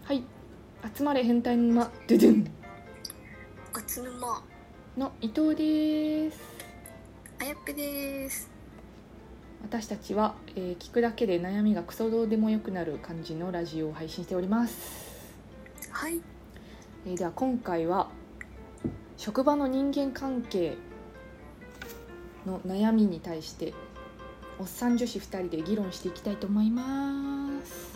はい、集まれ変態沼ドゥドゥンおつぬまの伊藤です。 あやっぺです。 私たちは、聞くだけで悩みがクソどうでもよくなる感じのラジオを配信しております。 はい、 では今回は職場の人間関係の悩みに対しておっさん女子2人で議論していきたいと思います。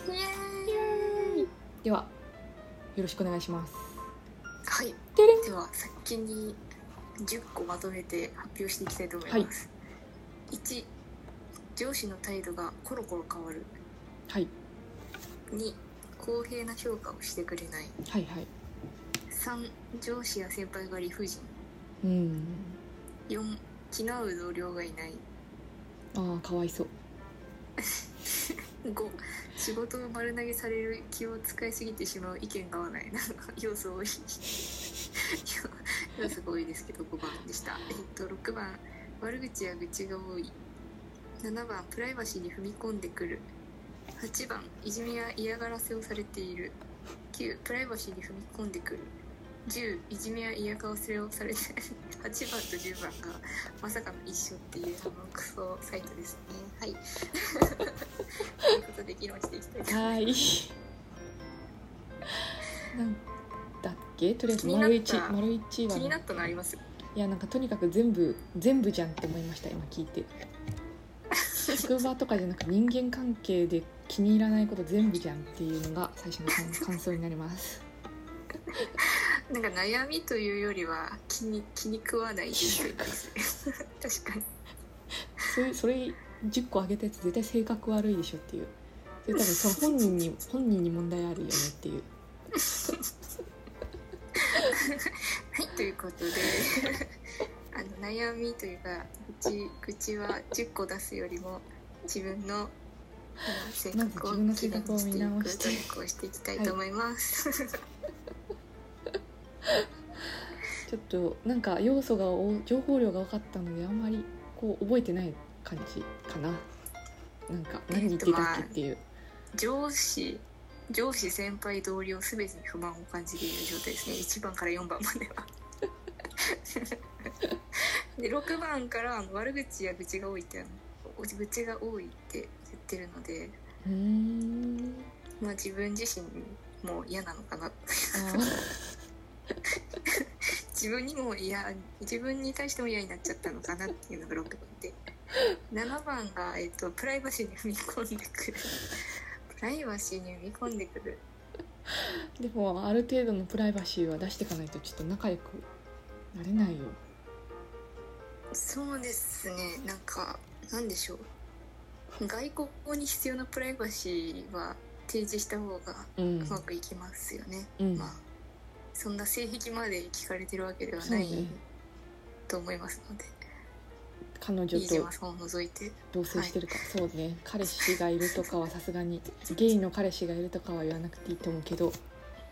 イエーイ。 ではよろしくお願いします。 はい、 てれん。 では先に10個まとめて発表していきたいと思います。1、上司の態度がコロコロ変わる。 はい、 2、公平な評価をしてくれない。 はいはい。 3、上司や先輩が理不尽。4、気の合う同僚がいない。 ああ、かわいそう。 5、仕事を丸投げされる、気を使いすぎてしまう、意見が合わない。なんか要素多い要素が多いですけど5番でした。6番、悪口や愚痴が多い。7番、プライバシーに踏み込んでくる。8番、いじめや嫌がらせをされている。9、プライバシーに踏み込んでくる。10、いじめや嫌がらせをされている。8番と10番がまさかの一緒っていうクソサイトですね。はいということで議論していきたいと思います。 はいなんだっけ、とりあえず気になった丸一は気になったのあります？ いや、なんかとにかく全部じゃんって思いました、今聞いて。職場とかじゃなく人間関係で気に入らないこと全部じゃんっていうのが最初の感想になりますなんか悩みというよりは気に食わないです確かにそれ10個あげたやつ絶対性格悪いでしょっていう。それ多分その本人に問題あるよねっていうはい、ということで悩みというか愚痴は10個出すよりも自分の性格をまず自分の性格を見直して努力をしていきたいと思います、はいちょっとなんか情報量が多かったのであんまりこう覚えてない感じかな。なんか何言ってたっけっていう、 上司先輩同僚すべてに不満を感じている状態ですね。1番から4番まではで6番から悪口や愚痴が多いって愚痴が多いって言ってるので、まあ自分自身も嫌なのかな自分に対しても嫌になっちゃったのかなっていうのが6番で、7番が、プライバシーに踏み込んでくるプライバシーに踏み込んでくる。 でもある程度のプライバシーは出していかないとちょっと仲良くなれないよ。 そうですね、なんでしょう、外交に必要なプライバシーは提示した方がうまくいきますよね、まあそんな性癖まで聞かれてるわけではない、と思いますので、 彼女と除いて同棲してるか、そうね、彼氏がいるとかはさすがにゲイの彼氏がいるとかは言わなくていいと思うけど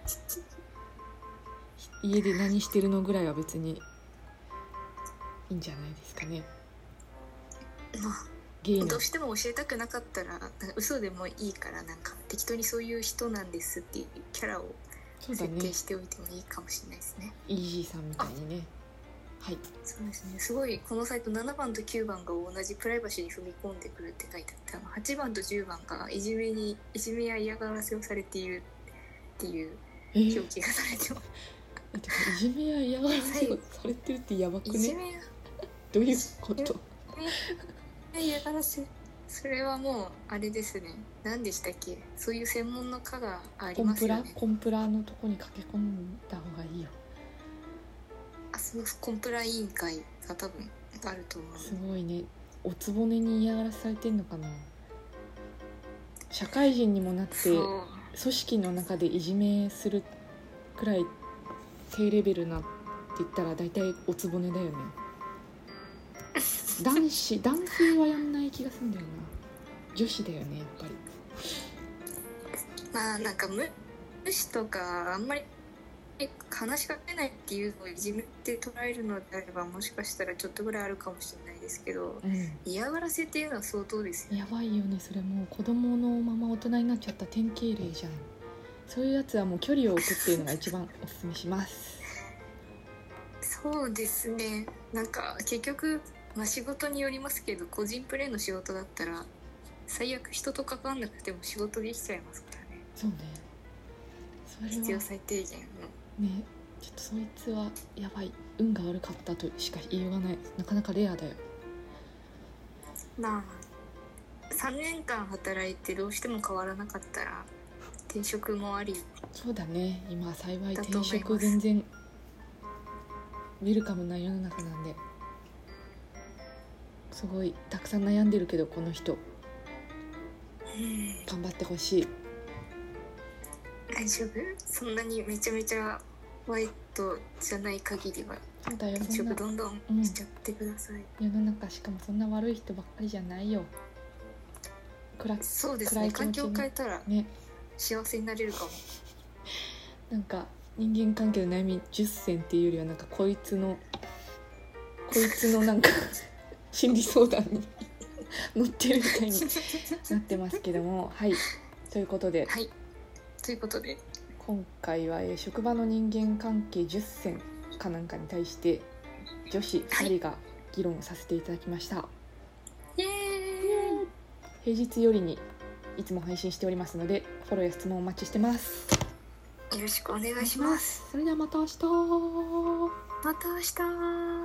家で何してるのぐらいは別にいいんじゃないですかね。 まあどうしても教えたくなかったら嘘でもいいから適当にそういう人なんですっていうキャラを設定しておいてもいいかもしれないですね。 イージーさんみたいにね。はい、 そうですね、すごいこのサイト7番と9番が同じプライバシーに踏み込んでくるって書いてあって、8番と10番がいじめや嫌がらせをされているっていう表記がされてます。 いじめや嫌がらせをされてるってやばくね。いじめやどういうこと？ 嫌がらせ、それはもうあれですね、何でしたっけ、そういう専門の科がありますよね。 コンプラのとこに駆け込んだ方がいいよ。 そのコンプラ委員会が多分あると思う。 すごいね、おつぼねに嫌がらせされてんのかな。社会人にもなって組織の中でいじめするくらい低レベルなって言ったら大体おつぼねだよね男性はやんない気がするんだよな。女子だよねやっぱり。 まあ無視とかあんまり話しかけないっていうのをいじめって捉えるのであればもしかしたらちょっとぐらいあるかもしれないですけど、嫌がらせっていうのは相当ですよね。 やばいよね、それもう子供のまま大人になっちゃった典型例じゃん。 そういうやつはもう距離を置くっていうのが一番おすすめします。 そうですね。なんか結局、まあ、仕事によりますけど、個人プレーの仕事だったら最悪人と関わんなくても仕事できちゃいますからね。 そうね、それは必要最低限のね。ちょっとそいつはやばい、運が悪かったとしか言いようがない。なかなかレアだよ。 まあ3年間働いてどうしても変わらなかったら転職もあり。 そうだね、今幸いだと思います転職全然ウェルカムな世の中なんで、すごいたくさん悩んでるけど、この人頑張ってほしい。 大丈夫？そんなにめちゃめちゃホワイトじゃない限りはそうだよ、 転そんな職どんどんしちゃってください。 世の中、しかもそんな悪い人ばっかりじゃないよ。 そうですね、環境を変えたらね、 幸せになれるかも。 なんか人間関係の悩み10選っていうよりは、なんかこいつのなんか心理相談に乗ってるみたいになってますけども、はい、ということで、 はい、ということで今回は職場の人間関係10選かなんかに対して女子2人が議論させていただきました。 イエーイ。 平日よりにいつも配信しておりますので、フォローや質問お待ちしてます。 よろしくお願いします。 それではまた明日。 また明日。